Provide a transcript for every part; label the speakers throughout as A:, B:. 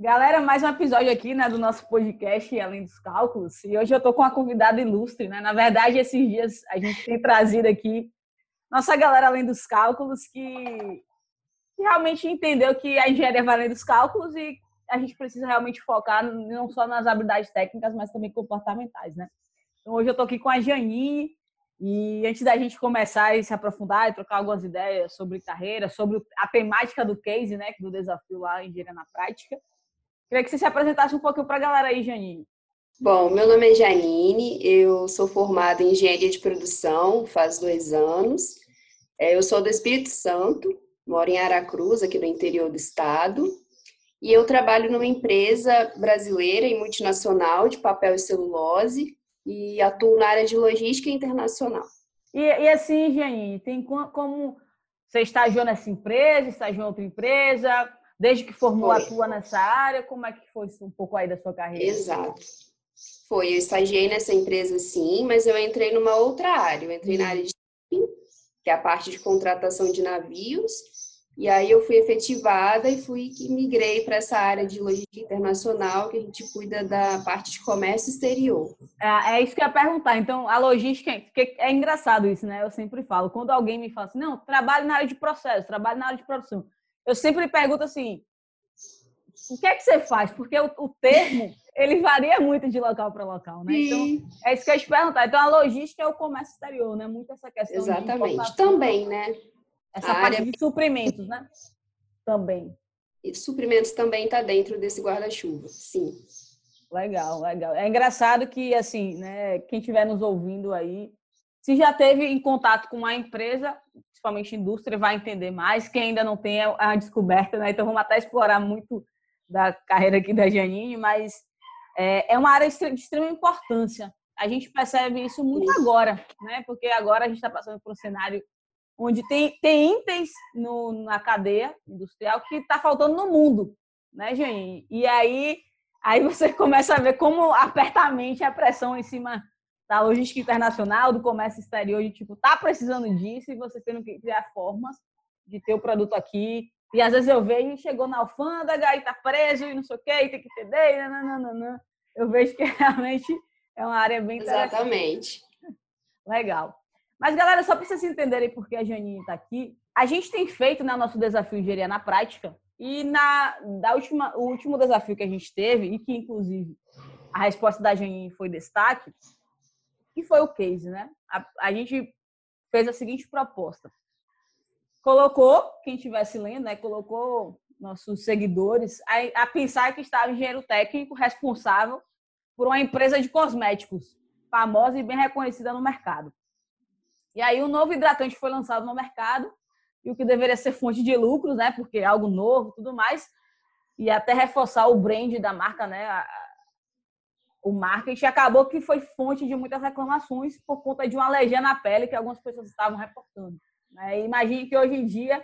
A: Galera, mais um episódio aqui, né, do nosso podcast Além dos Cálculos. E hoje eu tô com uma convidada ilustre, né? Na verdade, esses dias a gente tem trazido aqui nossa galera além dos cálculos que realmente entendeu que a engenharia vai além dos cálculos e a gente precisa realmente focar não só nas habilidades técnicas, mas também comportamentais, né? Então, hoje eu tô aqui com a Janine e antes da gente começar a se aprofundar e trocar algumas ideias sobre carreira, sobre a temática do case, né, do desafio lá em Engenharia na Prática, queria que você se apresentasse um pouquinho para a galera aí, Janine.
B: Bom, meu nome é Janine, eu sou formada em Engenharia de Produção faz 2 anos. Eu sou do Espírito Santo, moro em Aracruz, aqui no interior do estado, e eu trabalho numa empresa brasileira e multinacional de papel e celulose e atuo na área de logística internacional.
A: E assim, Janine, tem como você estagiou nessa empresa, estagiou em outra empresa, desde que formou
B: Foi,
A: atua nessa área, como é que foi um pouco aí da sua carreira?
B: exato. Eu estagiei nessa empresa sim, mas eu entrei numa outra área. Eu entrei na área de shipping, que é a parte de contratação de navios, e aí eu fui efetivada e migrei para essa área de logística internacional, que a gente cuida da parte de comércio exterior.
A: É isso que eu ia perguntar. Então, a logística, porque é engraçado isso, né? Eu sempre falo, quando alguém me fala assim, não, trabalho na área de processo, trabalho na área de produção, eu sempre pergunto assim, o que é que você faz? Porque o termo, ele varia muito de local para local, né? Então,
B: Sim,
A: é isso que eu ia te perguntar. Então, a logística é o comércio exterior, né? Muito essa questão de
B: exatamente.
A: importação,
B: Também, né? A
A: essa parte
B: área
A: de suprimentos, né? Também.
B: de suprimentos também está dentro desse guarda-chuva. Sim.
A: Legal, legal. É engraçado que, assim, né, quem estiver nos ouvindo aí, se já teve em contato com uma empresa, principalmente indústria, vai entender mais. Quem ainda não tem é a descoberta, né? Então, vamos até explorar muito da carreira aqui da Janine, mas é uma área de extrema importância. A gente percebe isso muito agora, né? Porque agora a gente está passando por um cenário onde tem itens na cadeia industrial que está faltando no mundo, né, Janine? E aí você começa a ver como aperta a mente a pressão em cima da logística internacional, do comércio exterior, de tipo, tá precisando disso e você tendo que criar formas de ter o produto aqui. E às vezes eu vejo, chegou na alfândega e tá preso e não sei o quê, e tem que entender, não. Eu vejo que realmente é uma área bem interessante.
B: Exatamente.
A: Legal. Mas, galera, só para vocês entenderem por que a Janine está aqui, a gente tem feito, né, nosso desafio Engenharia na Prática, e o último desafio que a gente teve, e que, inclusive, a resposta da Janine foi destaque, que foi o case, né? A gente fez a seguinte proposta. Colocou, quem estivesse lendo, né, colocou nossos seguidores a pensar que estava engenheiro técnico responsável por uma empresa de cosméticos famosa e bem reconhecida no mercado. E aí um novo hidratante foi lançado no mercado, e o que deveria ser fonte de lucros, né, porque é algo novo, tudo mais, e até reforçar o brand da marca, né, o marketing, acabou que foi fonte de muitas reclamações por conta de uma alergia na pele que algumas pessoas estavam reportando. Né? Imagine que hoje em dia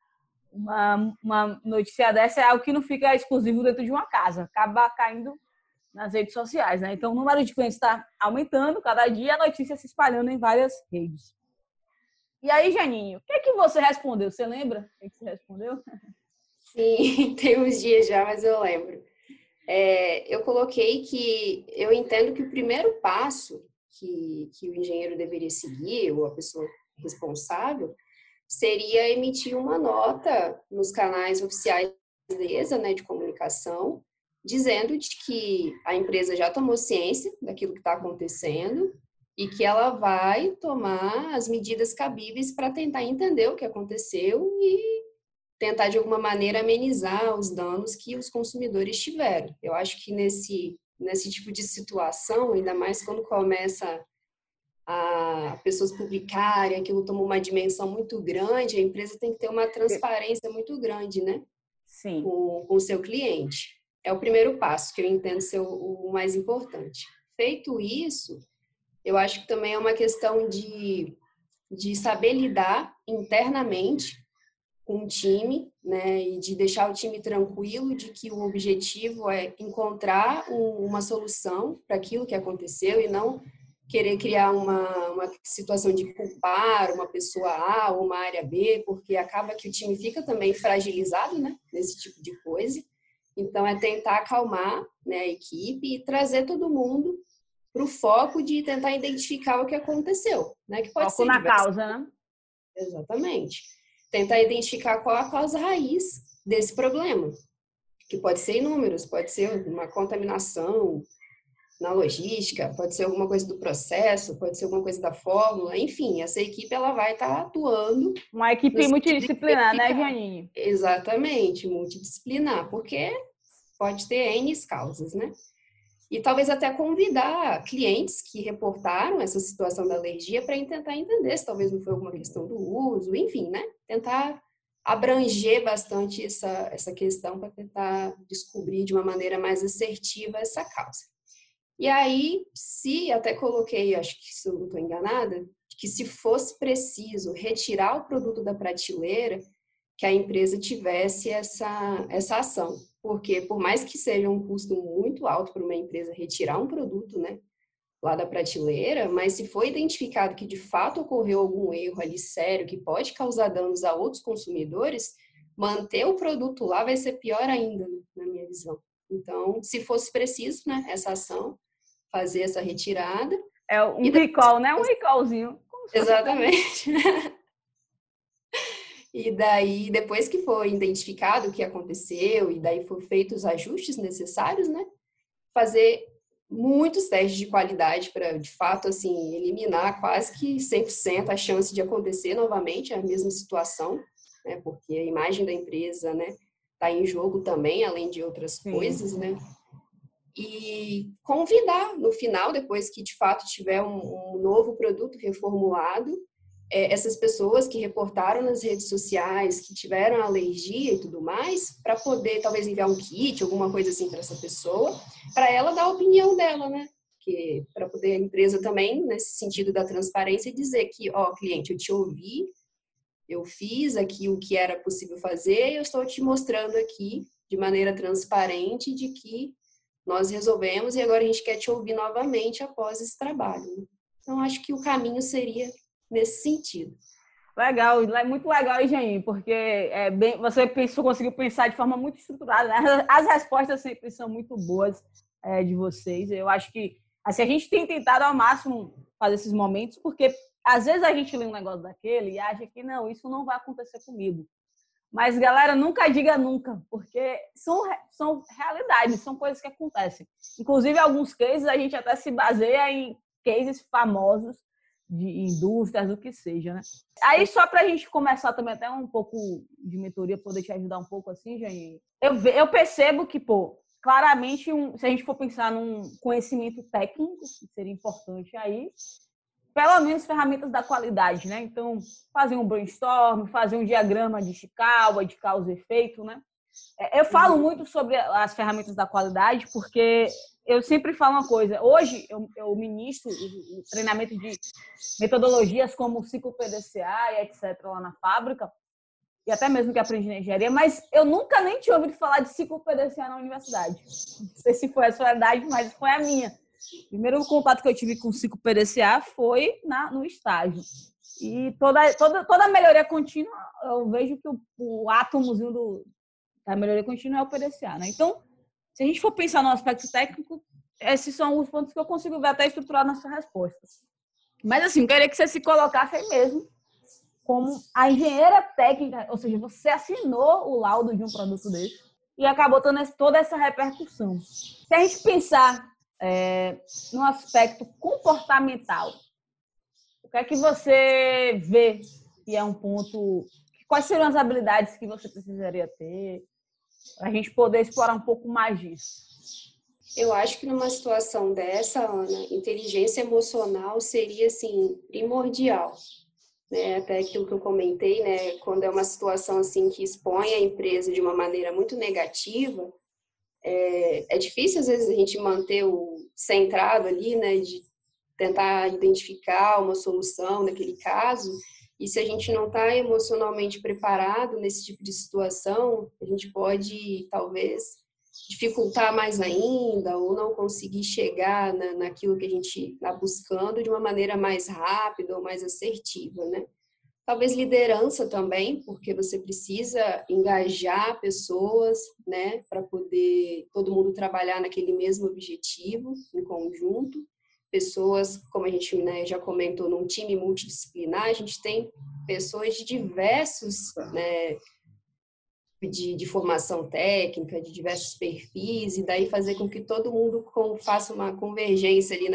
A: uma notícia dessa é algo que não fica exclusivo dentro de uma casa, acaba caindo nas redes sociais. Né? Então, o número de clientes está aumentando cada dia, a notícia se espalhando em várias redes. E aí, Janinho, o que é que você respondeu? Você lembra o que você respondeu?
B: Sim, tem uns dias já, mas eu lembro. Eu coloquei que eu entendo que o primeiro passo que o engenheiro deveria seguir, ou a pessoa responsável, seria emitir uma nota nos canais oficiais da empresa, né, de comunicação, dizendo de que a empresa já tomou ciência daquilo que está acontecendo e que ela vai tomar as medidas cabíveis para tentar entender o que aconteceu e tentar, de alguma maneira, amenizar os danos que os consumidores tiveram. Eu acho que nesse tipo de situação, ainda mais quando começa a pessoas publicarem, aquilo toma uma dimensão muito grande, a empresa tem que ter uma transparência muito grande, né,
A: Sim.
B: com o seu cliente. É o primeiro passo, que eu entendo ser o mais importante. Feito isso, eu acho que também é uma questão de saber lidar internamente com o time, né, e de deixar o time tranquilo de que o objetivo é encontrar uma solução para aquilo que aconteceu e não querer criar uma situação de culpar uma pessoa A ou uma área B, porque acaba que o time fica também fragilizado, né, nesse tipo de coisa. Então, é tentar acalmar, né, a equipe e trazer todo mundo para o foco de tentar identificar o que aconteceu, né? Que pode
A: Foco
B: ser
A: na
B: diversas.
A: causa, né?
B: Exatamente. Tentar identificar qual a causa raiz desse problema, que pode ser inúmeros, pode ser uma contaminação na logística, pode ser alguma coisa do processo, pode ser alguma coisa da fórmula, enfim, essa equipe ela vai estar atuando
A: Uma
B: no
A: equipe
B: sentido de
A: multidisciplinar, né,
B: identificar.
A: Janine?
B: Exatamente, multidisciplinar, porque pode ter N causas, né? E talvez até convidar clientes que reportaram essa situação da alergia para tentar entender se talvez não foi alguma questão do uso, enfim, né? Tentar abranger bastante essa questão para tentar descobrir de uma maneira mais assertiva essa causa. E aí, se até coloquei, acho que se eu não estou enganada, que se fosse preciso retirar o produto da prateleira, que a empresa tivesse essa ação. Porque, por mais que seja um custo muito alto para uma empresa retirar um produto, né, lá da prateleira, mas se for identificado que de fato ocorreu algum erro ali sério que pode causar danos a outros consumidores, manter o produto lá vai ser pior ainda, né, na minha visão. Então, se fosse preciso, né, essa ação, fazer essa retirada.
A: É um
B: E
A: recall, né? Um recallzinho. Como se fosse até
B: exatamente. E daí, depois que foi identificado o que aconteceu e daí foram feitos os ajustes necessários, né? Fazer muitos testes de qualidade para, de fato, assim, eliminar quase que 100% a chance de acontecer novamente a mesma situação, né? Porque a imagem da empresa, né, tá em jogo também, além de outras
A: Sim.
B: coisas, né? E convidar no final, depois que de fato tiver um novo produto reformulado, essas pessoas que reportaram nas redes sociais, que tiveram alergia e tudo mais, para poder talvez enviar um kit, alguma coisa assim para essa pessoa, para ela dar a opinião dela, né? Que para poder a empresa também, nesse sentido da transparência, dizer que, ó, cliente, eu te ouvi, eu fiz aqui o que era possível fazer, e eu estou te mostrando aqui de maneira transparente de que nós resolvemos e agora a gente quer te ouvir novamente após esse trabalho. Né? Então, acho que o caminho seria nesse sentido.
A: Legal, muito legal, Jair, porque você conseguiu pensar de forma muito estruturada, né? As respostas sempre são muito boas de vocês. Eu acho que assim, a gente tem tentado ao máximo fazer esses momentos, porque às vezes a gente lê um negócio daquele e acha que não, isso não vai acontecer comigo. Mas, galera, nunca diga nunca, porque são realidades, são coisas que acontecem. Inclusive, alguns cases a gente até se baseia em cases famosos de indústrias, do que seja, né? Aí, só para a gente começar também até um pouco de mentoria, poder te ajudar um pouco assim, Jair, eu percebo que, claramente, se a gente for pensar num conhecimento técnico, que seria importante aí, pelo menos ferramentas da qualidade, né? Então, fazer um brainstorm, fazer um diagrama de Chikawa, de causa e efeito, né? Eu falo muito sobre as ferramentas da qualidade porque eu sempre falo uma coisa. Hoje, eu ministro o treinamento de metodologias como o ciclo PDCA e etc. lá na fábrica, e até mesmo que aprendi na engenharia, mas eu nunca nem tinha ouvido falar de ciclo PDCA na universidade. Não sei se foi a sua verdade, mas foi a minha. O primeiro contato que eu tive com o ciclo PDCA foi no estágio. E toda melhoria contínua, eu vejo que o átomozinho da melhoria contínua é o PDCA, né? Então, se a gente for pensar no aspecto técnico, esses são os pontos que eu consigo ver até estruturar na sua resposta. Mas, assim, eu queria que você se colocasse aí mesmo como a engenheira técnica, ou seja, você assinou o laudo de um produto desse e acabou tendo toda essa repercussão. Se a gente pensar no aspecto comportamental, o que é que você vê que é um ponto... Quais seriam as habilidades que você precisaria ter para a gente poder explorar um pouco mais disso?
B: Eu acho que numa situação dessa, Ana, inteligência emocional seria, assim, primordial. Né? Até aquilo que eu comentei, né? Quando é uma situação, assim, que expõe a empresa de uma maneira muito negativa, é difícil, às vezes, a gente manter o centrado ali, né? De tentar identificar uma solução naquele caso. E se a gente não está emocionalmente preparado nesse tipo de situação, a gente pode, talvez, dificultar mais ainda ou não conseguir chegar naquilo que a gente está buscando de uma maneira mais rápida ou mais assertiva, né? Talvez liderança também, porque você precisa engajar pessoas, né, para poder todo mundo trabalhar naquele mesmo objetivo em conjunto. Pessoas, como a gente, né, já comentou, num time multidisciplinar, a gente tem pessoas de diversos, né, de formação técnica, de diversos perfis, e daí fazer com que todo mundo faça uma convergência ali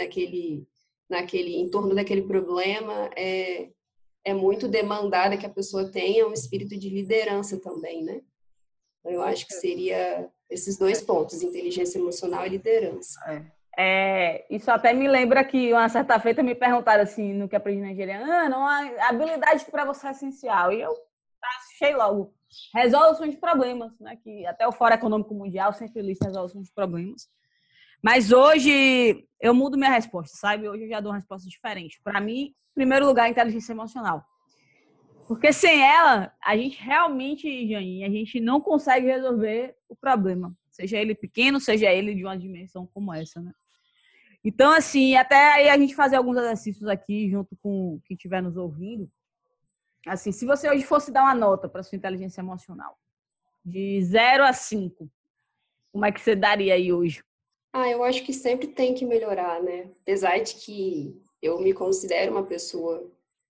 B: em torno daquele problema é muito demandada que a pessoa tenha um espírito de liderança também, né? Então, eu acho que seria esses dois pontos, inteligência emocional e liderança.
A: Isso até me lembra que uma certa feita me perguntaram assim, no que aprendi na engenharia, uma habilidade que para você é essencial. E eu achei logo, resolução de problemas, né? Que até o Fórum Econômico Mundial sempre lista resolução de problemas. Mas hoje eu mudo minha resposta, sabe? Hoje eu já dou uma resposta diferente. Para mim, em primeiro lugar, inteligência emocional. Porque sem ela, a gente realmente, Jane, a gente não consegue resolver o problema. Seja ele pequeno, seja ele de uma dimensão como essa, né? Então, assim, até aí a gente fazer alguns exercícios aqui, junto com quem estiver nos ouvindo. Assim, se você hoje fosse dar uma nota para sua inteligência emocional, de 0 a 5, como é que você daria aí hoje?
B: Eu acho que sempre tem que melhorar, né? Apesar de que eu me considero uma pessoa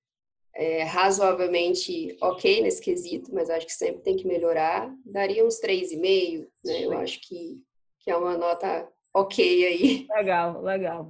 B: razoavelmente ok nesse quesito, mas acho que sempre tem que melhorar. Daria uns 3,5, né? Eu acho que é uma nota ok aí.
A: Legal.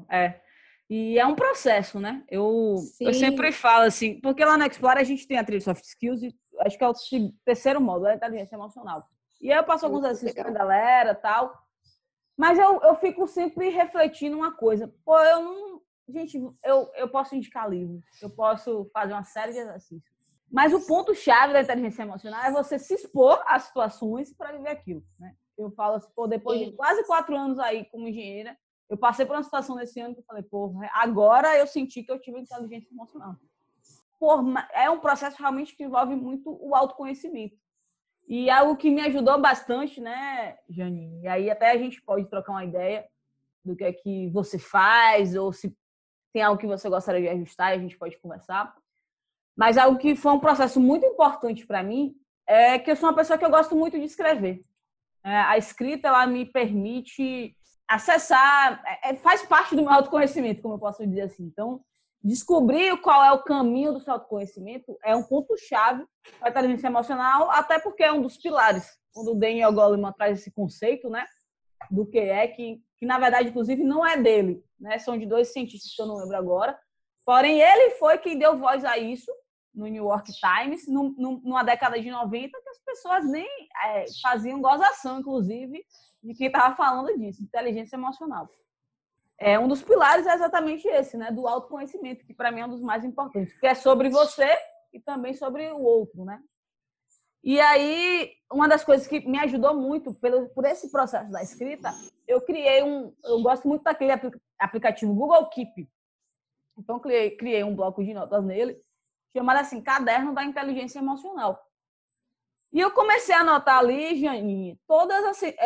A: E é um processo, né? Eu sempre
B: Sim.
A: falo assim, porque lá na Explore a gente tem a trilha Soft Skills e acho que é o terceiro módulo, é a inteligência emocional. E aí eu passo alguns exercícios pra galera e tal, mas eu fico sempre refletindo uma coisa. Pô, eu não... Gente, eu posso indicar livro, eu posso fazer uma série de exercícios. Mas o ponto-chave da inteligência emocional é você se expor às situações para viver aquilo, né? Eu falo assim, pô, depois de quase 4 anos aí como engenheira, eu passei por uma situação nesse ano que eu falei, pô, agora eu senti que eu tive inteligência emocional. Pô, é um processo realmente que envolve muito o autoconhecimento. E algo que me ajudou bastante, né, Janine? E aí até a gente pode trocar uma ideia do que é que você faz, ou se tem algo que você gostaria de ajustar, a gente pode conversar. Mas algo que foi um processo muito importante para mim é que eu sou uma pessoa que eu gosto muito de escrever. A escrita, ela me permite acessar, faz parte do meu autoconhecimento, como eu posso dizer assim. Então, descobrir qual é o caminho do seu autoconhecimento é um ponto-chave para a inteligência emocional, até porque é um dos pilares. Quando o Daniel Goleman traz esse conceito, né, do que na verdade, inclusive, não é dele, né? São de 2 cientistas que eu não lembro agora. Porém, ele foi quem deu voz a isso no New York Times, numa década de 90, que as pessoas nem faziam gozação, inclusive, de quem estava falando disso, inteligência emocional. Um dos pilares é exatamente esse, né? Do autoconhecimento, que para mim é um dos mais importantes, porque é sobre você e também sobre o outro, né? E aí, uma das coisas que me ajudou muito por esse processo da escrita, eu gosto muito daquele aplicativo Google Keep. Então, criei um bloco de notas nele, chamado assim, Caderno da Inteligência Emocional. E eu comecei a anotar ali, Janinha, todas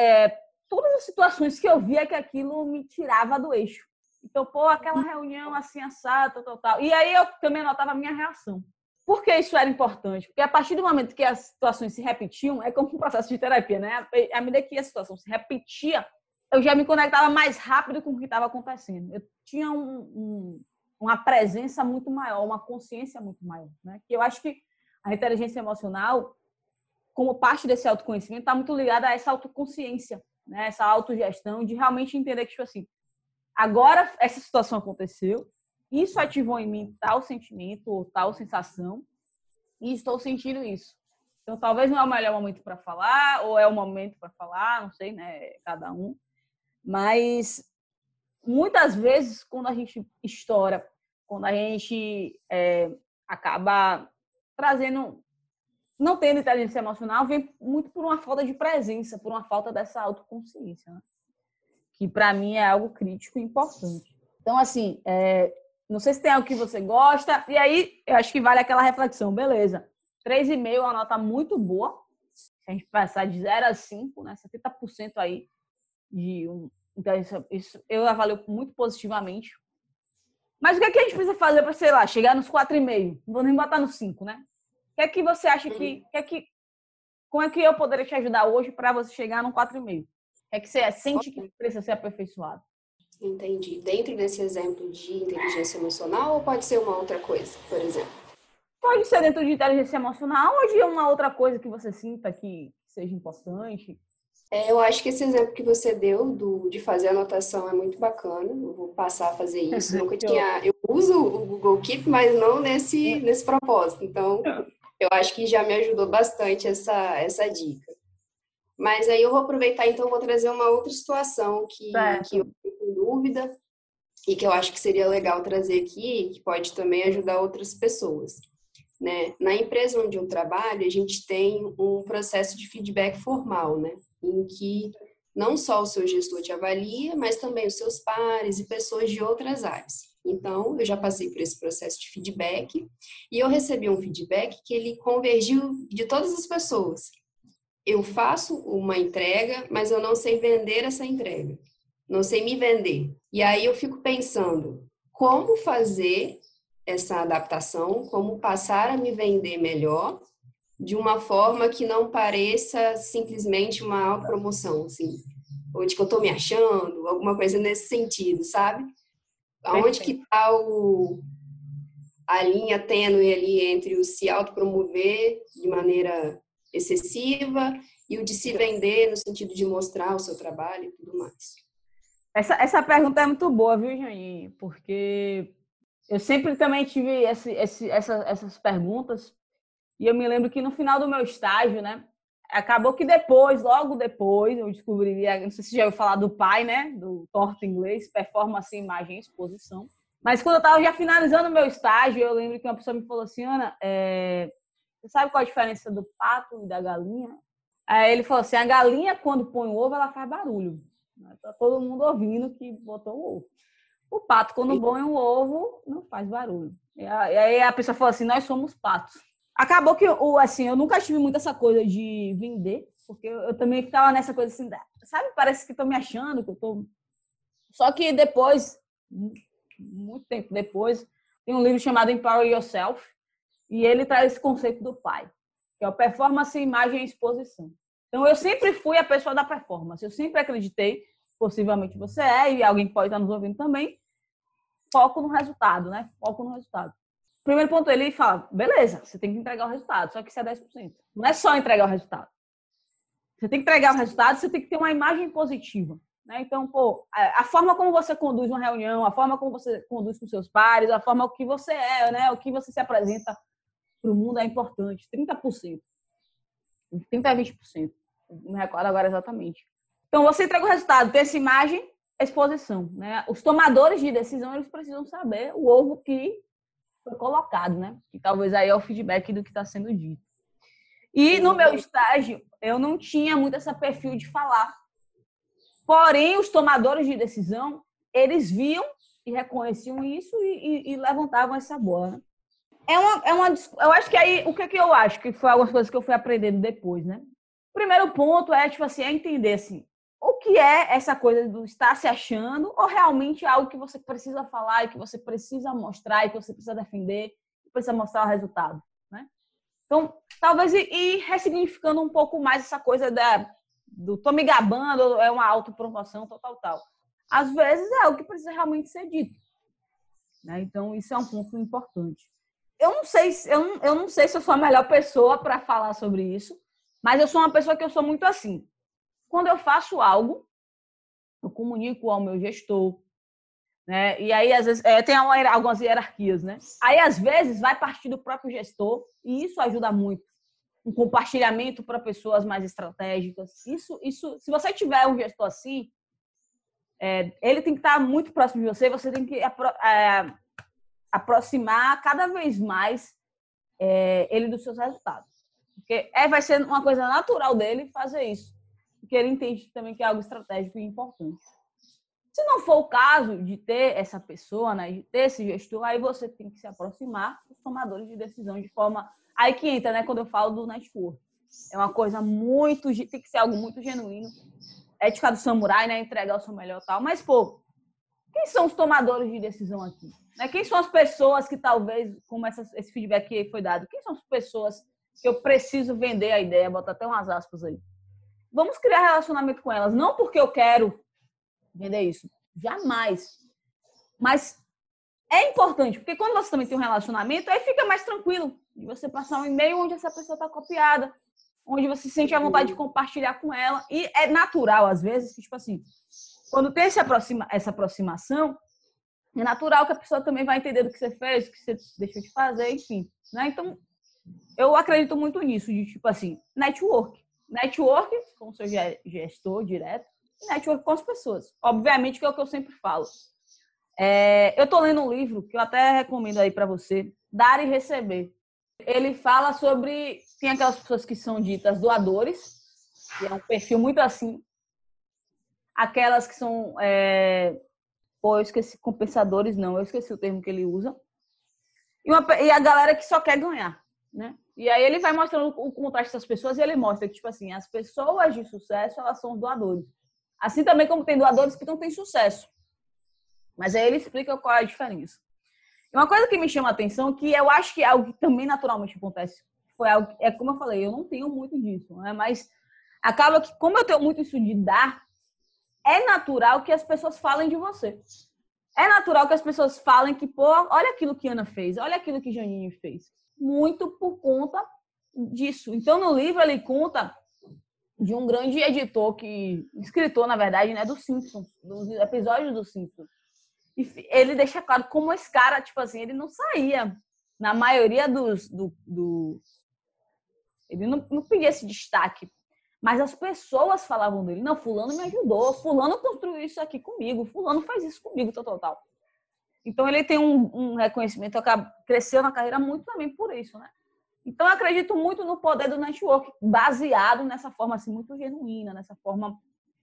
A: as situações que eu via que aquilo me tirava do eixo. Então, pô, aquela reunião assim, assada, tal. E aí eu também anotava a minha reação. Por que isso era importante? Porque a partir do momento que as situações se repetiam, é como um processo de terapia, né? À medida que a situação se repetia, eu já me conectava mais rápido com o que estava acontecendo. Eu tinha uma presença muito maior, uma consciência muito maior, né? Que eu acho que a inteligência emocional, como parte desse autoconhecimento, está muito ligada a essa autoconsciência, né? Essa autogestão de realmente entender que, tipo assim, agora essa situação aconteceu, isso ativou em mim tal sentimento ou tal sensação e estou sentindo isso. Então, talvez não é o melhor momento para falar, ou é o momento para falar, não sei, né? Cada um. Mas muitas vezes, quando a gente estoura, quando a gente acaba trazendo, não tendo inteligência emocional, vem muito por uma falta de presença, por uma falta dessa autoconsciência, né? Que para mim é algo crítico e importante. Então, assim, não sei se tem algo que você gosta, e aí eu acho que vale aquela reflexão, beleza. 3,5 é uma nota muito boa, se a gente passar de 0 a 5, né? 70% aí de então, isso eu avalio muito positivamente. Mas o que é que a gente precisa fazer para, sei lá, chegar nos 4,5? Não vou nem botar no 5, né? que é que você acha como é que eu poderia te ajudar hoje para você chegar no 4,5? O que é que você sente que precisa ser aperfeiçoado?
B: Entendi. Dentro desse exemplo de inteligência emocional ou pode ser uma outra coisa, por exemplo?
A: Pode ser dentro de inteligência emocional ou de uma outra coisa que você sinta que seja importante.
B: Eu acho que esse exemplo que você deu de fazer anotação é muito bacana. Eu vou passar a fazer isso. Eu uso o Google Keep, mas não nesse propósito. Então, eu acho que já me ajudou bastante essa dica. Mas aí eu vou aproveitar, então, vou trazer uma outra situação que eu fico em dúvida e que eu acho que seria legal trazer aqui, que pode também ajudar outras pessoas. Né? Na empresa onde eu trabalho, a gente tem um processo de feedback formal, né? Em que não só o seu gestor te avalia, mas também os seus pares e pessoas de outras áreas. Então, eu já passei por esse processo de feedback e eu recebi um feedback que ele convergiu de todas as pessoas. Eu faço uma entrega, mas eu não sei vender essa entrega. Não sei me vender. E aí eu fico pensando, como fazer essa adaptação, como passar a me vender melhor, de uma forma que não pareça simplesmente uma autopromoção, assim, ou de que eu estou me achando, alguma coisa nesse sentido, sabe? Aonde que está a linha tênue ali entre o se autopromover de maneira excessiva e o de se vender no sentido de mostrar o seu trabalho e tudo mais.
A: Essa pergunta é muito boa, viu, Janinho? Porque eu sempre também tive essas perguntas e eu me lembro que no final do meu estágio, né, acabou que logo depois, eu descobri, não sei se você já ouviu falar do PAI, né, do torto inglês, Performance, Imagem e Exposição. Mas quando eu estava já finalizando o meu estágio, eu lembro que uma pessoa me falou assim, Ana, você sabe qual a diferença do pato e da galinha? Aí ele falou assim, a galinha, quando põe o ovo, ela faz barulho. Tá todo mundo ouvindo que botou o ovo. O pato, quando põe o ovo, não faz barulho. E aí a pessoa falou assim, nós somos patos. Acabou que, assim, eu nunca tive muito essa coisa de vender, porque eu também ficava nessa coisa assim, sabe, parece que estou me achando, que eu tô... Só que depois, muito tempo depois, tem um livro chamado Empower Yourself, e ele traz esse conceito do pai, que é o performance, imagem e exposição. Então, eu sempre fui a pessoa da performance. Eu sempre acreditei, possivelmente você e alguém que pode estar nos ouvindo também, foco no resultado, né? Foco no resultado. Primeiro ponto, ele fala, beleza, você tem que entregar o resultado, só que isso é 10%. Não é só entregar o resultado. Você tem que entregar o resultado, você tem que ter uma imagem positiva. Né? Então, a forma como você conduz uma reunião, a forma como você conduz com seus pares, a forma que você é, né? O que você se apresenta para o mundo é importante. 30%. 30% a 20%. Não me recordo agora exatamente. Então, você entrega o resultado, tem essa imagem, exposição. Né? Os tomadores de decisão, eles precisam saber o ovo que foi colocado, né? Que talvez aí é o feedback do que está sendo dito. E no meu estágio, eu não tinha muito esse perfil de falar. Porém, os tomadores de decisão, eles viam e reconheciam isso e levantavam essa bola. Né? Eu acho que aí, o que eu acho que foi algumas coisas que eu fui aprendendo depois, né? O primeiro ponto é, tipo assim, é entender, assim, o que é essa coisa do estar se achando ou realmente é algo que você precisa falar e que você precisa mostrar e que você precisa defender e precisa mostrar o resultado, né? Então, talvez ir ressignificando um pouco mais essa coisa do tô me gabando, é uma autopromoção, tal. Às vezes é algo que precisa realmente ser dito, né? Então, isso é um ponto importante. Eu não sei se eu sou a melhor pessoa para falar sobre isso, mas eu sou uma pessoa que eu sou muito assim. Quando eu faço algo, eu comunico ao meu gestor, né? E aí, às vezes, tem algumas hierarquias, né? Aí, às vezes, vai partir do próprio gestor e isso ajuda muito. Um compartilhamento para pessoas mais estratégicas. Isso, se você tiver um gestor assim, ele tem que estar muito próximo de você, você tem que aproximar cada vez mais ele dos seus resultados. Porque vai ser uma coisa natural dele fazer isso. Porque ele entende também que é algo estratégico e importante. Se não for o caso de ter essa pessoa, né, de ter esse gestor, aí você tem que se aproximar dos tomadores de decisão de forma... Aí que entra, né, quando eu falo do network. É uma coisa tem que ser algo muito genuíno. Ética do samurai, né, entregar o seu melhor e tal. Mas, quem são os tomadores de decisão aqui? Né? Quem são as pessoas que talvez, como esse feedback que foi dado, quem são as pessoas que eu preciso vender a ideia, botar até umas aspas aí. Vamos criar relacionamento com elas, não porque eu quero vender isso, jamais. Mas é importante, porque quando você também tem um relacionamento, aí fica mais tranquilo de você passar um e-mail onde essa pessoa está copiada, onde você sente a vontade de compartilhar com ela. E é natural, às vezes, que, tipo assim, quando tem essa aproximação, é natural que a pessoa também vai entender do que você fez, do que você deixou de fazer, enfim. Né? Então, eu acredito muito nisso, de, tipo assim, network. Network com o seu gestor direto, e network com as pessoas. Obviamente que é o que eu sempre falo. Eu tô lendo um livro que eu até recomendo aí para você, Dar e Receber. Ele fala sobre... Tem aquelas pessoas que são ditas doadores, que é um perfil muito assim. Aquelas que são... eu esqueci, compensadores, não. Eu esqueci o termo que ele usa. E a galera que só quer ganhar, né? E aí ele vai mostrando o contraste das pessoas e ele mostra que, tipo assim, as pessoas de sucesso, elas são doadores. Assim também como tem doadores que não têm sucesso. Mas aí ele explica qual é a diferença. E uma coisa que me chama a atenção, que eu acho que é algo que também naturalmente acontece, foi algo, como eu falei, eu não tenho muito disso, né? Mas acaba que, como eu tenho muito isso de dar, é natural que as pessoas falem de você. É natural que as pessoas falem que, pô, olha aquilo que Ana fez, olha aquilo que Janine fez. Muito por conta disso. Então, no livro, ele conta de um grande escritor, na verdade, né, do Simpsons, dos episódios do Simpsons. E ele deixa claro como esse cara, tipo assim, ele não saía na maioria ele não pedia esse destaque, mas as pessoas falavam dele. Não, fulano me ajudou, fulano construiu isso aqui comigo, fulano faz isso comigo, tal. Então ele tem um reconhecimento, cresceu na carreira muito também por isso, né? Então eu acredito muito no poder do network, baseado nessa forma assim, muito genuína, nessa forma...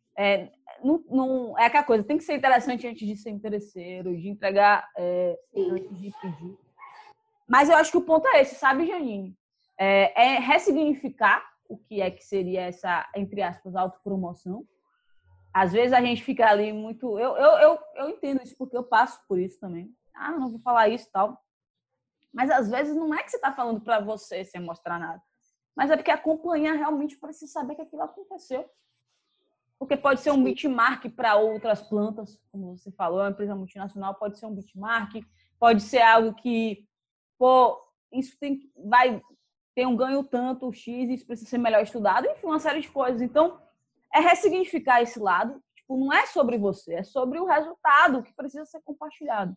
A: não é aquela coisa, tem que ser interessante antes de ser interesseiro, de entregar antes de pedir. Mas eu acho que o ponto é esse, sabe, Janine? É ressignificar o que seria essa, entre aspas, autopromoção. Às vezes a gente fica ali muito... Eu entendo isso porque eu passo por isso também. Não vou falar isso e tal. Mas às vezes não é que você está falando para você sem mostrar nada. Mas é porque acompanhar realmente para se saber que aquilo aconteceu. Porque pode ser um benchmark para outras plantas, como você falou, uma empresa multinacional pode ser um benchmark, pode ser algo que, pô, isso vai ter um ganho tanto, X, isso precisa ser melhor estudado, enfim, uma série de coisas. Então, é ressignificar esse lado, tipo, não é sobre você, é sobre o resultado que precisa ser compartilhado.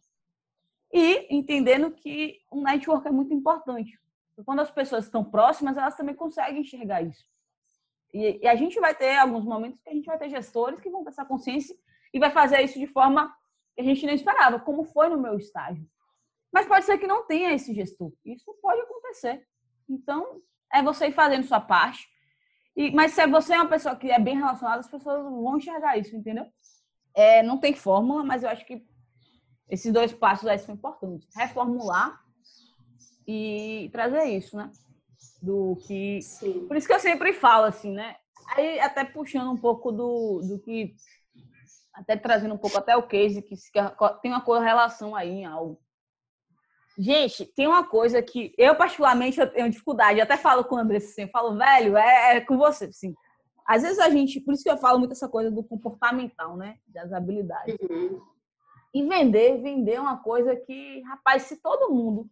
A: E entendendo que um network é muito importante. Porque quando as pessoas estão próximas, elas também conseguem enxergar isso. E a gente vai ter alguns momentos que a gente vai ter gestores que vão ter essa consciência e vai fazer isso de forma que a gente não esperava, como foi no meu estágio. Mas pode ser que não tenha esse gestor. Isso pode acontecer. Então, é você ir fazendo sua parte. Mas se você é uma pessoa que é bem relacionada, as pessoas vão enxergar isso, entendeu? Não tem fórmula, mas eu acho que esses 2 passos aí são importantes. Reformular e trazer isso, né? Do que...
B: Sim.
A: Por isso que eu sempre falo, assim, né? Aí, até puxando um pouco do que... Até trazendo um pouco até o case, que tem uma correlação aí em algo. Gente, tem uma coisa que eu, particularmente, eu tenho dificuldade. Eu até falo com o André, assim, eu falo, velho, é com você, assim. Às vezes a gente... Por isso que eu falo muito essa coisa do comportamental, né? Das habilidades.
B: Uhum.
A: E vender é uma coisa que, rapaz, se todo mundo...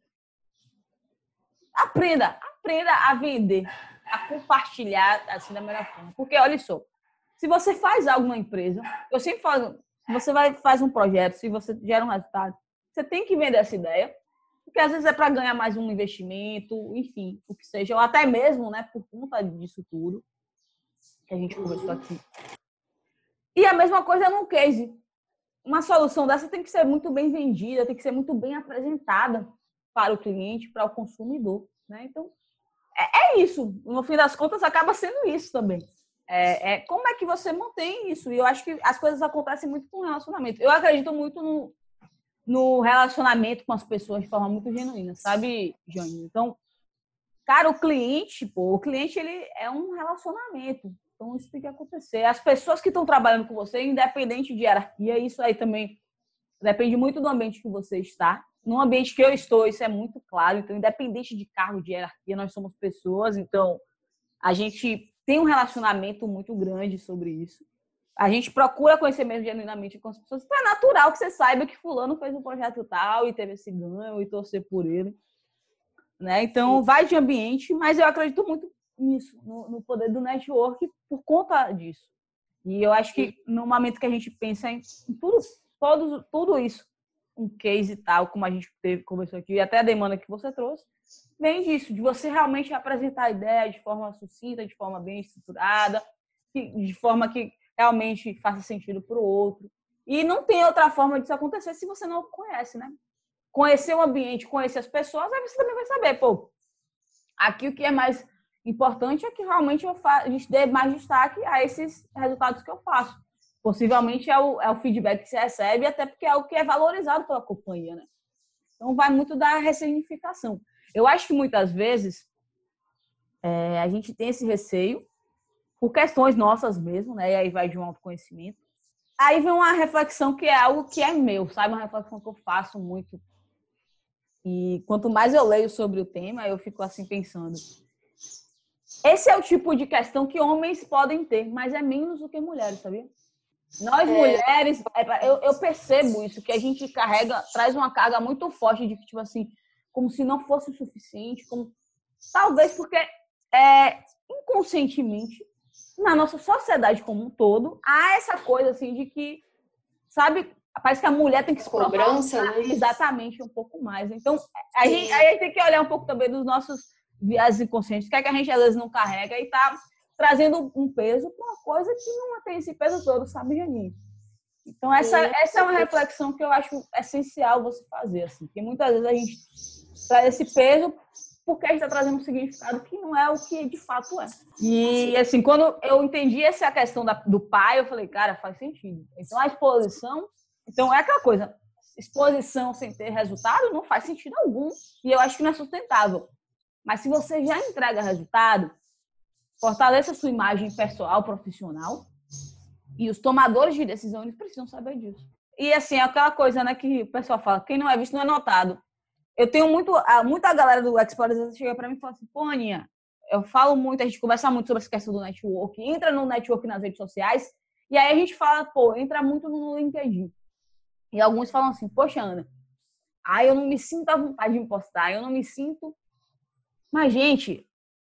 A: Aprenda a vender, a compartilhar assim da melhor forma. Porque, olha só, se você faz algo na empresa, eu sempre falo, você faz um projeto, se você gera um resultado, você tem que vender essa ideia, porque às vezes é para ganhar mais um investimento, enfim, o que seja, ou até mesmo, né, por conta disso tudo que a gente conversou aqui. E a mesma coisa num case. Uma solução dessa tem que ser muito bem vendida, tem que ser muito bem apresentada para o cliente, para o consumidor, né? Então, é isso. No fim das contas, acaba sendo isso também. Como é que você mantém isso? E eu acho que as coisas acontecem muito com o relacionamento. Eu acredito muito no relacionamento com as pessoas de forma muito genuína, sabe, Jane? Então, cara, o cliente, ele é um relacionamento. Então, isso tem que acontecer. As pessoas que estão trabalhando com você, independente de hierarquia, isso aí também depende muito do ambiente que você está. no ambiente que eu estou, isso é muito claro. Então, independente de cargo, de hierarquia, nós somos pessoas. Então, a gente tem um relacionamento muito grande sobre isso. A gente procura conhecer mesmo genuinamente com as pessoas. Então, é natural que você saiba que fulano fez um projeto tal e teve esse ganho e torcer por ele. Né? Então, vai de ambiente, mas eu acredito muito nisso, no poder do network por conta disso. E eu acho que no momento que a gente pensa em tudo isso, um case e tal, como a gente conversou aqui, e até a demanda que você trouxe, vem disso, de você realmente apresentar a ideia de forma sucinta, de forma bem estruturada, de forma que realmente faça sentido para o outro. E não tem outra forma disso acontecer se você não conhece, né? Conhecer o ambiente, conhecer as pessoas, aí você também vai saber, pô, aqui o que é mais importante é que realmente a gente dê mais destaque a esses resultados que eu faço. Possivelmente é o feedback que você recebe, até porque é o que é valorizado pela companhia, né? Então, vai muito da ressignificação. Eu acho que muitas vezes a gente tem esse receio por questões nossas mesmo, né? E aí vai de um autoconhecimento. Aí vem uma reflexão que é algo que é meu, sabe? Uma reflexão que eu faço muito. E quanto mais eu leio sobre o tema, eu fico assim pensando. Esse é o tipo de questão que homens podem ter, mas é menos do que mulheres, sabia? Nós mulheres, eu percebo isso, que a gente traz uma carga muito forte de, tipo assim, como se não fosse o suficiente, talvez porque inconscientemente, na nossa sociedade como um todo, há essa coisa assim de que, sabe, parece que a mulher tem que se provar
B: cobrança, né?
A: exatamente um pouco mais. Então, a gente tem que olhar um pouco também dos nossos viés inconscientes, que é que a gente às vezes não carrega e tá trazendo um peso para uma coisa que não tem esse peso todo, sabe, Janine? Então, essa é uma reflexão que eu acho essencial você fazer, assim, porque muitas vezes a gente traz esse peso porque a gente está trazendo um significado que não é o que de fato é. E, assim, quando eu entendi essa questão do pai, eu falei, cara, faz sentido. Então, a exposição... Então, é aquela coisa, exposição sem ter resultado não faz sentido algum e eu acho que não é sustentável. Mas se você já entrega resultado, fortaleça a sua imagem pessoal, profissional, e os tomadores de decisão, eles precisam saber disso. E, assim, é aquela coisa, né, que o pessoal fala, quem não é visto não é notado. Eu tenho muita galera do Export chega para mim e fala assim, pô, Aninha, eu falo muito, a gente conversa muito sobre essa questão do network, entra no network nas redes sociais, e aí a gente fala, pô, entra muito no LinkedIn. E alguns falam assim, poxa, Ana, eu não me sinto à vontade de postar, eu não me sinto... Mas, gente,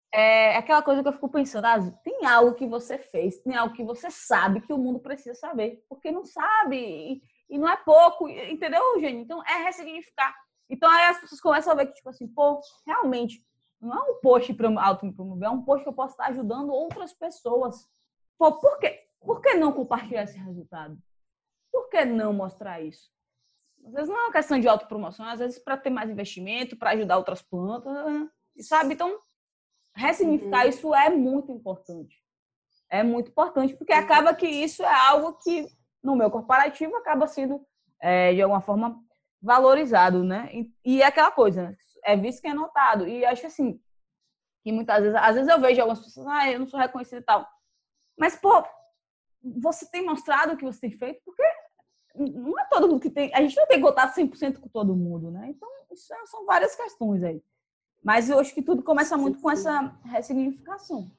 A: é aquela coisa que eu fico pensando, tem algo que você fez, tem algo que você sabe que o mundo precisa saber, porque não sabe, e não é pouco, entendeu, Eugênio? Então, é ressignificar. Então, aí as pessoas começam a ver que, tipo assim, pô, realmente, não é um post para auto-promover, é um post que eu posso estar ajudando outras pessoas. Pô, por quê? Por que não compartilhar esse resultado? Por que não mostrar isso? Às vezes não é uma questão de autopromoção, às vezes para ter mais investimento, para ajudar outras plantas, sabe? Então, ressignificar isso é muito importante. É muito importante, porque acaba que isso é algo que, no meu corporativo, acaba sendo, de alguma forma, valorizado, né? E é aquela coisa, é visto que é notado. E acho assim, que muitas vezes, às vezes eu vejo algumas pessoas, eu não sou reconhecida e tal. Mas, pô, você tem mostrado o que você tem feito, porque não é todo mundo que tem... A gente não tem que botar 100% com todo mundo, né? Então, isso são várias questões aí. Mas eu acho que tudo começa muito com essa ressignificação.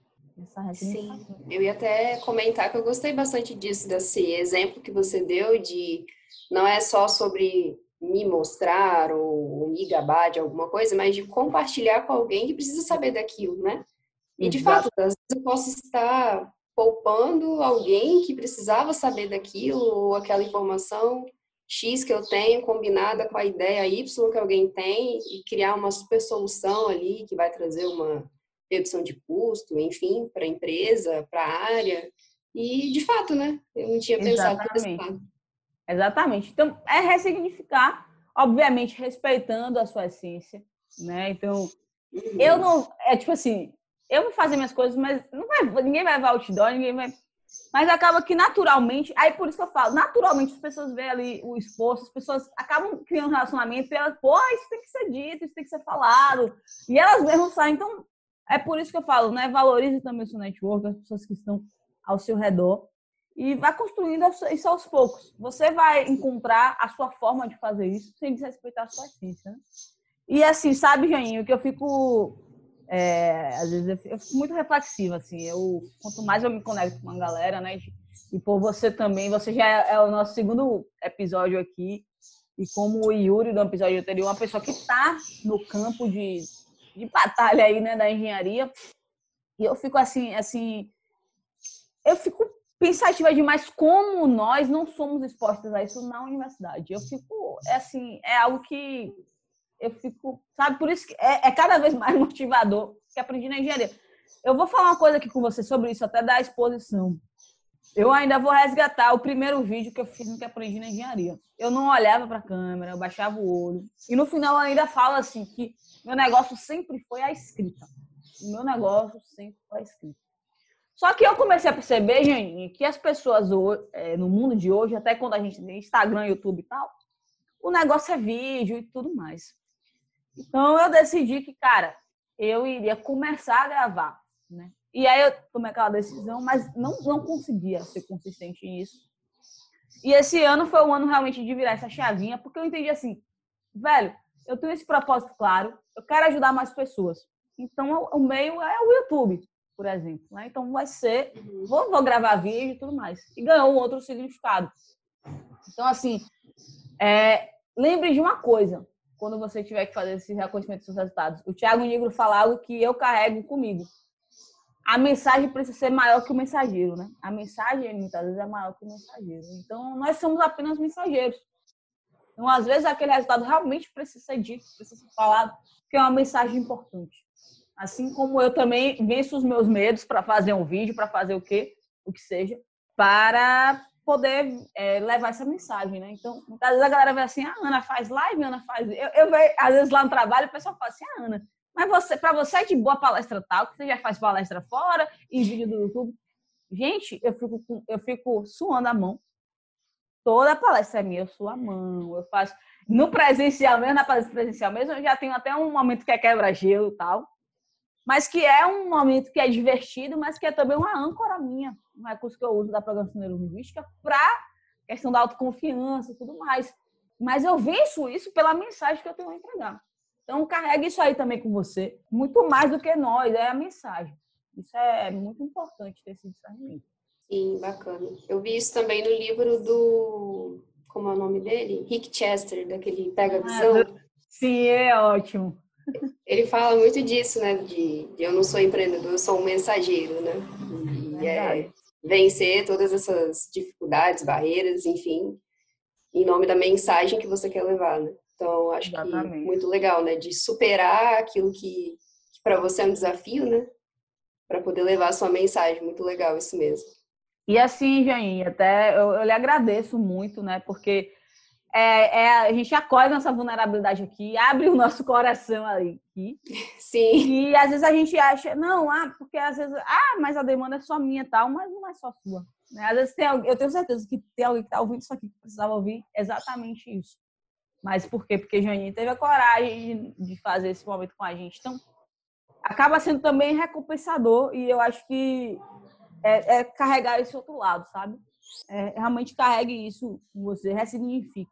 B: Sim, eu ia até comentar que eu gostei bastante disso, desse exemplo que você deu de não é só sobre me mostrar ou me gabar de alguma coisa, mas de compartilhar com alguém que precisa saber daquilo, né? E de fato, às vezes eu posso estar poupando alguém que precisava saber daquilo ou aquela informação X que eu tenho combinada com a ideia Y que alguém tem e criar uma super solução ali que vai trazer uma redução de custo, enfim, para a empresa, para a área. E, de fato, né? Eu não tinha pensado por esse lado.
A: Exatamente. Então, é ressignificar, obviamente, respeitando a sua essência, né? Então, eu não... É tipo assim, eu vou fazer minhas coisas, mas ninguém vai ver outdoor, ninguém vai... Mas acaba que naturalmente, aí por isso que eu falo, naturalmente as pessoas veem ali o esforço, as pessoas acabam criando um relacionamento e elas, pô, isso tem que ser dito, isso tem que ser falado. E elas mesmas saem. Então, é por isso que eu falo, né? Valorize também o seu network, as pessoas que estão ao seu redor. e vai construindo isso aos poucos. Você vai encontrar a sua forma de fazer isso sem desrespeitar a sua essência, né? E assim, sabe, Janinho, que eu fico... às vezes eu fico muito reflexiva, assim. Quanto mais eu me conecto com a galera, né? E por você também, você já é o nosso segundo episódio aqui. E como o Yuri, do episódio anterior, uma pessoa que está no campo de batalha aí, né, da engenharia. E eu fico assim, eu fico pensativa demais como nós não somos expostos a isso na universidade. Eu fico, é algo que eu fico, sabe, por isso que é cada vez mais motivador que aprendi na engenharia. Eu vou falar uma coisa aqui com você sobre isso, até da exposição. Eu ainda vou resgatar o primeiro vídeo que eu fiz no que aprendi na engenharia. Eu não olhava para a câmera, eu baixava o olho. E no final eu ainda falo assim, que meu negócio sempre foi a escrita. O meu negócio sempre foi a escrita. Só que eu comecei a perceber, gente, que as pessoas no mundo de hoje, até quando a gente tem Instagram, YouTube e tal, o negócio é vídeo e tudo mais. Então eu decidi que, cara, eu iria começar a gravar, né? E aí eu tomei aquela decisão, mas não conseguia ser consistente nisso. E esse ano foi o ano realmente de virar essa chavinha, porque eu entendi assim, velho, eu tenho esse propósito claro, eu quero ajudar mais pessoas. Então o meio é o YouTube, por exemplo, né? Então vai ser, vou gravar vídeo e tudo mais. E ganhou um outro significado. Então assim, lembre de uma coisa, quando você tiver que fazer esse reconhecimento dos seus resultados. O Thiago Nigro fala algo que eu carrego comigo. A mensagem precisa ser maior que o mensageiro, né? A mensagem, muitas vezes, é maior que o mensageiro. Então, nós somos apenas mensageiros. Então, às vezes, aquele resultado realmente precisa ser dito, precisa ser falado, porque é uma mensagem importante. Assim como eu também venço os meus medos para fazer um vídeo, para fazer o que seja, para poder levar essa mensagem, né? Então, muitas vezes a galera vê assim, a Ana faz live, a Ana faz... Eu vejo, às vezes, lá no trabalho, o pessoal fala assim, Ana, mas para você é de boa palestra tal, que você já faz palestra fora e vídeo do YouTube. Gente, eu fico suando a mão. Toda palestra é minha, eu suo a mão, eu faço... No presencial mesmo, na palestra presencial mesmo, eu já tenho até um momento que é quebra-gelo e tal, mas que é um momento que é divertido, mas que é também uma âncora minha, um recurso que eu uso da programação neurolinguística para questão da autoconfiança e tudo mais. Mas eu venço isso pela mensagem que eu tenho a entregar. Então, carregue isso aí também com você. Muito mais do que nós, é a mensagem. Isso é muito importante, ter esse discernimento.
B: Sim, bacana. Eu vi isso também no livro do... Como é o nome dele? Rick Chester, daquele Pega a Visão.
A: Sim, é ótimo.
B: Ele fala muito disso, né? De eu não sou empreendedor, eu sou um mensageiro, né? E vencer todas essas dificuldades, barreiras, enfim, em nome da mensagem que você quer levar, né? Então, acho que muito legal, né? De superar aquilo que para você é um desafio, né? Para poder levar a sua mensagem. Muito legal isso mesmo.
A: E assim, Jaine, até eu lhe agradeço muito, né? Porque a gente acolhe nossa vulnerabilidade aqui, abre o nosso coração ali.
B: Sim.
A: E às vezes a gente acha, porque às vezes, mas a demanda é só minha e tal, mas não é só sua. Né? Às vezes eu tenho certeza que tem alguém que está ouvindo isso aqui que precisava ouvir exatamente isso. Mas por quê? Porque Jaine teve a coragem de fazer esse momento com a gente. Então, acaba sendo também recompensador e eu acho que carregar esse outro lado, sabe? Realmente carregue isso com você, ressignifique.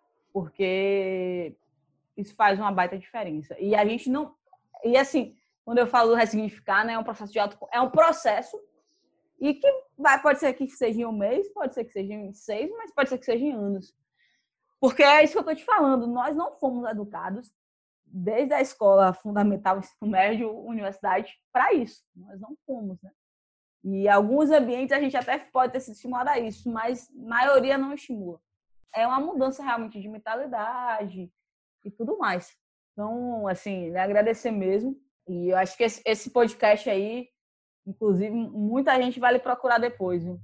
A: Porque isso faz uma baita diferença. E a gente não... E assim, quando eu falo ressignificar, né, é um processo é um processo e que pode ser que seja em um mês, pode ser que seja em 6, mas pode ser que seja em anos. Porque é isso que eu estou te falando. Nós não fomos educados desde a escola fundamental, ensino médio, universidade, para isso. Nós não fomos, né? E alguns ambientes a gente até pode ter se estimulado a isso, mas a maioria não estimula. É uma mudança realmente de mentalidade e tudo mais. Então, assim, agradecer mesmo. E eu acho que esse podcast aí, inclusive, muita gente vai lhe procurar depois, viu?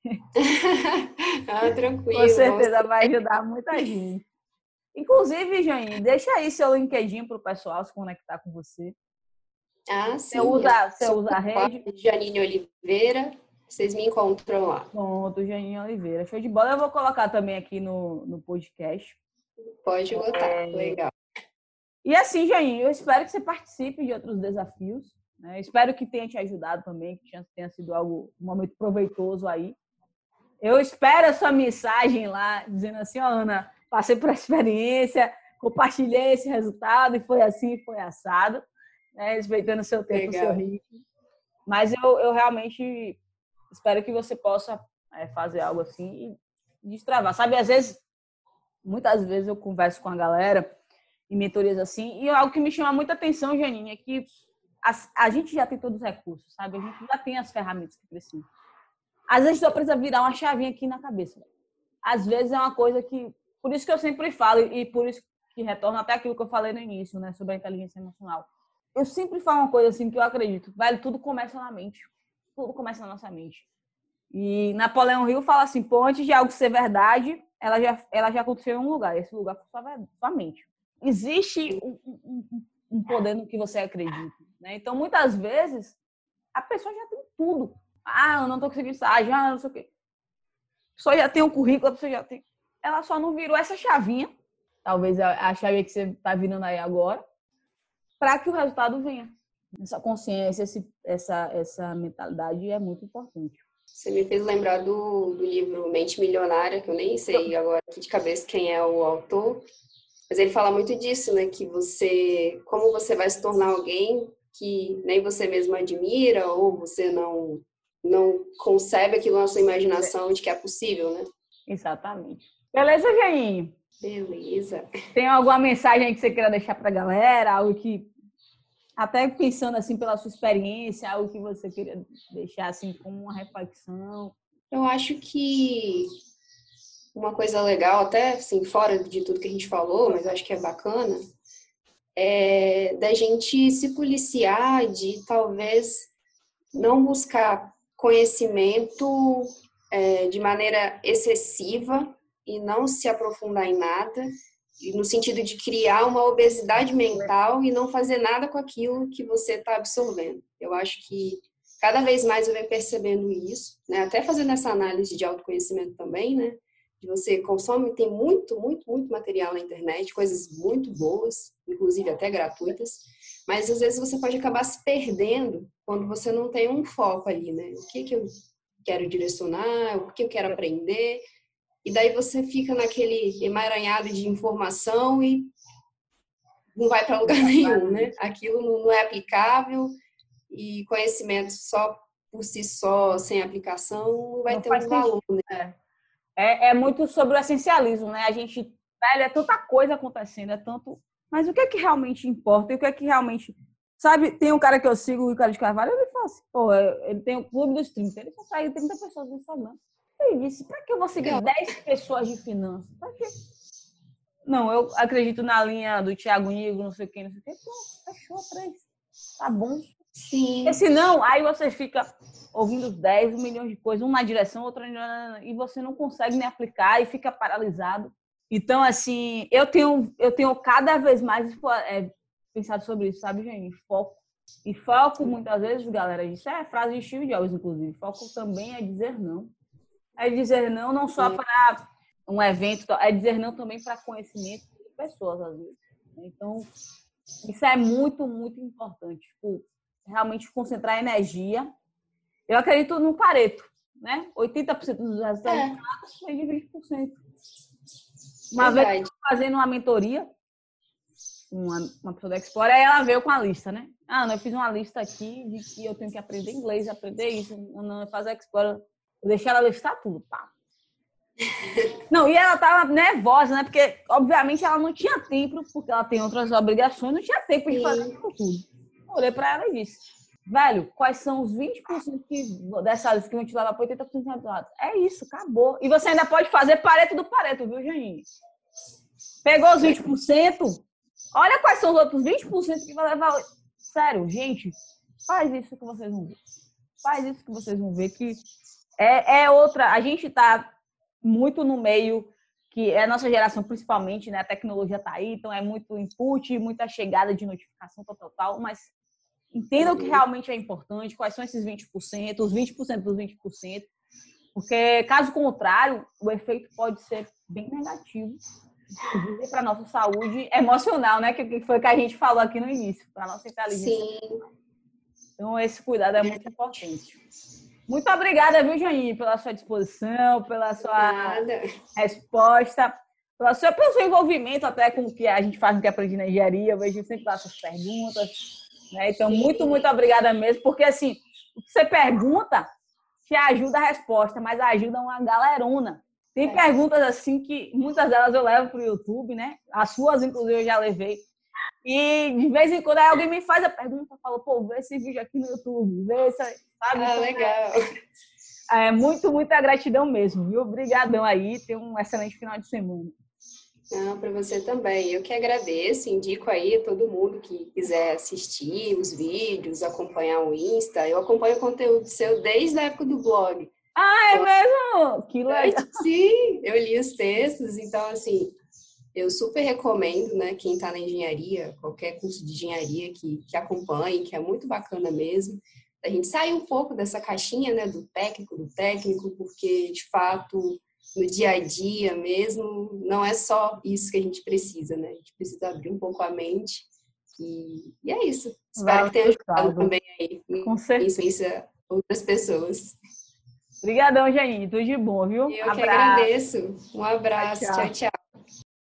B: Tranquilo.
A: Com certeza vai ajudar muita gente. Inclusive, Jaine, deixa aí seu LinkedIn para o pessoal se conectar com você.
B: Sim.
A: Você usa a rede?
B: Janine Oliveira. Vocês me encontram lá.
A: Pronto, Janine Oliveira. Show de bola. Eu vou colocar também aqui no podcast.
B: Pode botar. Legal.
A: E assim, Jaine, eu espero que você participe de outros desafios. Né? Espero que tenha te ajudado também, que tenha sido um momento proveitoso aí. Eu espero a sua mensagem lá, dizendo assim, ó, Ana, passei por essa experiência, compartilhei esse resultado e foi assim, foi assado, né? Respeitando o seu tempo, o seu ritmo. Mas eu realmente espero que você possa fazer algo assim e destravar. Sabe, muitas vezes eu converso com a galera em mentorias assim, e algo que me chama muita atenção, Janine, é que a gente já tem todos os recursos, sabe? A gente já tem as ferramentas que precisa. Às vezes só precisa virar uma chavinha aqui na cabeça. Às vezes é uma coisa que... Por isso que eu sempre falo, e por isso que retorno até aquilo que eu falei no início, né? Sobre a inteligência emocional. Eu sempre falo uma coisa assim que eu acredito. Velho, tudo começa na mente. Tudo começa na nossa mente. E Napoleão Hill fala assim, pô, antes de algo ser verdade, ela já aconteceu em um lugar. Esse lugar foi sua mente. Existe um poder no que você acredita, né? Então, muitas vezes, a pessoa já tem tudo. Ah, eu não tô conseguindo estágio, não sei o quê. A pessoa já tem um currículo, a pessoa já tem... Ela só não virou essa chavinha, talvez a chavinha que você tá virando aí agora, para que o resultado venha. Essa consciência, essa mentalidade é muito importante.
B: Você me fez lembrar do livro Mente Milionária, que eu nem sei agora aqui de cabeça quem é o autor, mas ele fala muito disso, né? Que como você vai se tornar alguém que nem você mesmo admira ou você não concebe aquilo na sua imaginação de que é possível, né?
A: Exatamente. Beleza, Jainho?
B: Beleza.
A: Tem alguma mensagem aí que você queira deixar pra galera? Algo que, até pensando assim pela sua experiência, algo que você queria deixar assim como uma reflexão?
B: Eu acho que uma coisa legal, até assim, fora de tudo que a gente falou, mas eu acho que é bacana, é da gente se policiar de talvez não buscar conhecimento de maneira excessiva e não se aprofundar em nada, no sentido de criar uma obesidade mental e não fazer nada com aquilo que você está absorvendo. Eu acho que cada vez mais eu venho percebendo isso, né? Até fazendo essa análise de autoconhecimento também, né? Você consome, tem muito material na internet, coisas muito boas, inclusive até gratuitas, mas às vezes você pode acabar se perdendo quando você não tem um foco ali, né? O que eu quero direcionar, o que eu quero aprender, e daí você fica naquele emaranhado de informação e não vai para lugar nenhum, né? Aquilo não é aplicável e conhecimento só por si só, sem aplicação, não vai ter um valor, né?
A: É muito sobre o essencialismo, né? A gente, velho, é tanta coisa acontecendo, é tanto... Mas o que é que realmente importa? E o que é que realmente... Sabe, tem um cara que eu sigo, o Ricardo de Carvalho, ele fala assim, pô, ele tem o Clube dos 30, ele só segue 30 pessoas no Instagram. Ele disse, pra que eu vou seguir 10 pessoas de finanças? Pra quê? Não, eu acredito na linha do Thiago Nigro, não sei o quê. Pô, fechou 3. Tá bom.
B: Sim.
A: Porque senão, aí você fica ouvindo 10 milhões de coisas, uma na direção, outra e você não consegue nem aplicar e fica paralisado. Então, assim, eu tenho cada vez mais pensado sobre isso, sabe, gente? Foco. E foco, muitas vezes, galera, isso é frase de Steve Jobs, inclusive. Foco também é dizer não. É dizer não só para um evento, é dizer não também para conhecimento de pessoas, às vezes. Então, isso é muito, muito importante. Tipo, realmente concentrar energia. Eu acredito no Pareto, né? 80% dos resultados vem de 20%. Uma vez eu estava fazendo uma mentoria, uma pessoa da Explore, aí ela veio com a lista, né? Ana, eu fiz uma lista aqui de que eu tenho que aprender inglês, aprender isso, não fazer Explore. Eu deixei ela listar tudo, pá. Não, e ela tava nervosa, né? Porque, obviamente, ela não tinha tempo, porque ela tem outras obrigações, não tinha tempo de fazer tudo. Eu olhei pra ela e disse, velho, quais são os 20% dessa lista que vão te levar para 80% dos resultados? É isso, acabou. E você ainda pode fazer Pareto do Pareto, viu, Janine? Pegou os 20%, olha quais são os outros 20% que vai levar... Sério, gente, faz isso que vocês vão ver. Faz isso que vocês vão ver que é outra... A gente tá muito no meio que é a nossa geração, principalmente, né? A tecnologia tá aí, então é muito input, muita chegada de notificação total, mas entenda o que realmente é importante, quais são esses 20%, os 20% dos 20%, porque, caso contrário, o efeito pode ser bem negativo, inclusive para a nossa saúde emocional, né? Que foi o que a gente falou aqui no início, para a nossa inteligência.
B: Sim.
A: Então, esse cuidado é muito importante. Muito obrigada, viu, Jane, pela sua disposição, pela sua
B: Nada.
A: resposta, pelo seu envolvimento até com o que a gente faz no que aprendi na engenharia. Eu vejo sempre lá suas perguntas, né? Então, muito obrigada mesmo, porque assim, o que você pergunta te ajuda a resposta, mas ajuda uma galerona. Tem perguntas assim que muitas delas eu levo para o YouTube, né? As suas, inclusive, eu já levei. E de vez em quando alguém me faz a pergunta, fala, pô, vê esse vídeo aqui no YouTube, vê esse, sabe?
B: Ah, legal.
A: Muita gratidão mesmo, viu? Obrigadão aí, tenha um excelente final de semana.
B: Para você também. Eu que agradeço, indico aí a todo mundo que quiser assistir os vídeos, acompanhar o Insta. Eu acompanho o conteúdo seu desde a época do blog.
A: Ah, é mesmo? Que legal.
B: Sim, eu li os textos, então, assim, eu super recomendo, né, quem está na engenharia, qualquer curso de engenharia que acompanhe, que é muito bacana mesmo. A gente sai um pouco dessa caixinha, né, do técnico, porque, de fato, no dia a dia mesmo, não é só isso que a gente precisa, né? A gente precisa abrir um pouco a mente e é isso. Espero que tenha ajudado também aí.
A: Com certeza.
B: Isso outras pessoas.
A: Obrigadão, Jaine. Tudo de bom, viu?
B: Eu que agradeço. Um abraço. Tchau, tchau.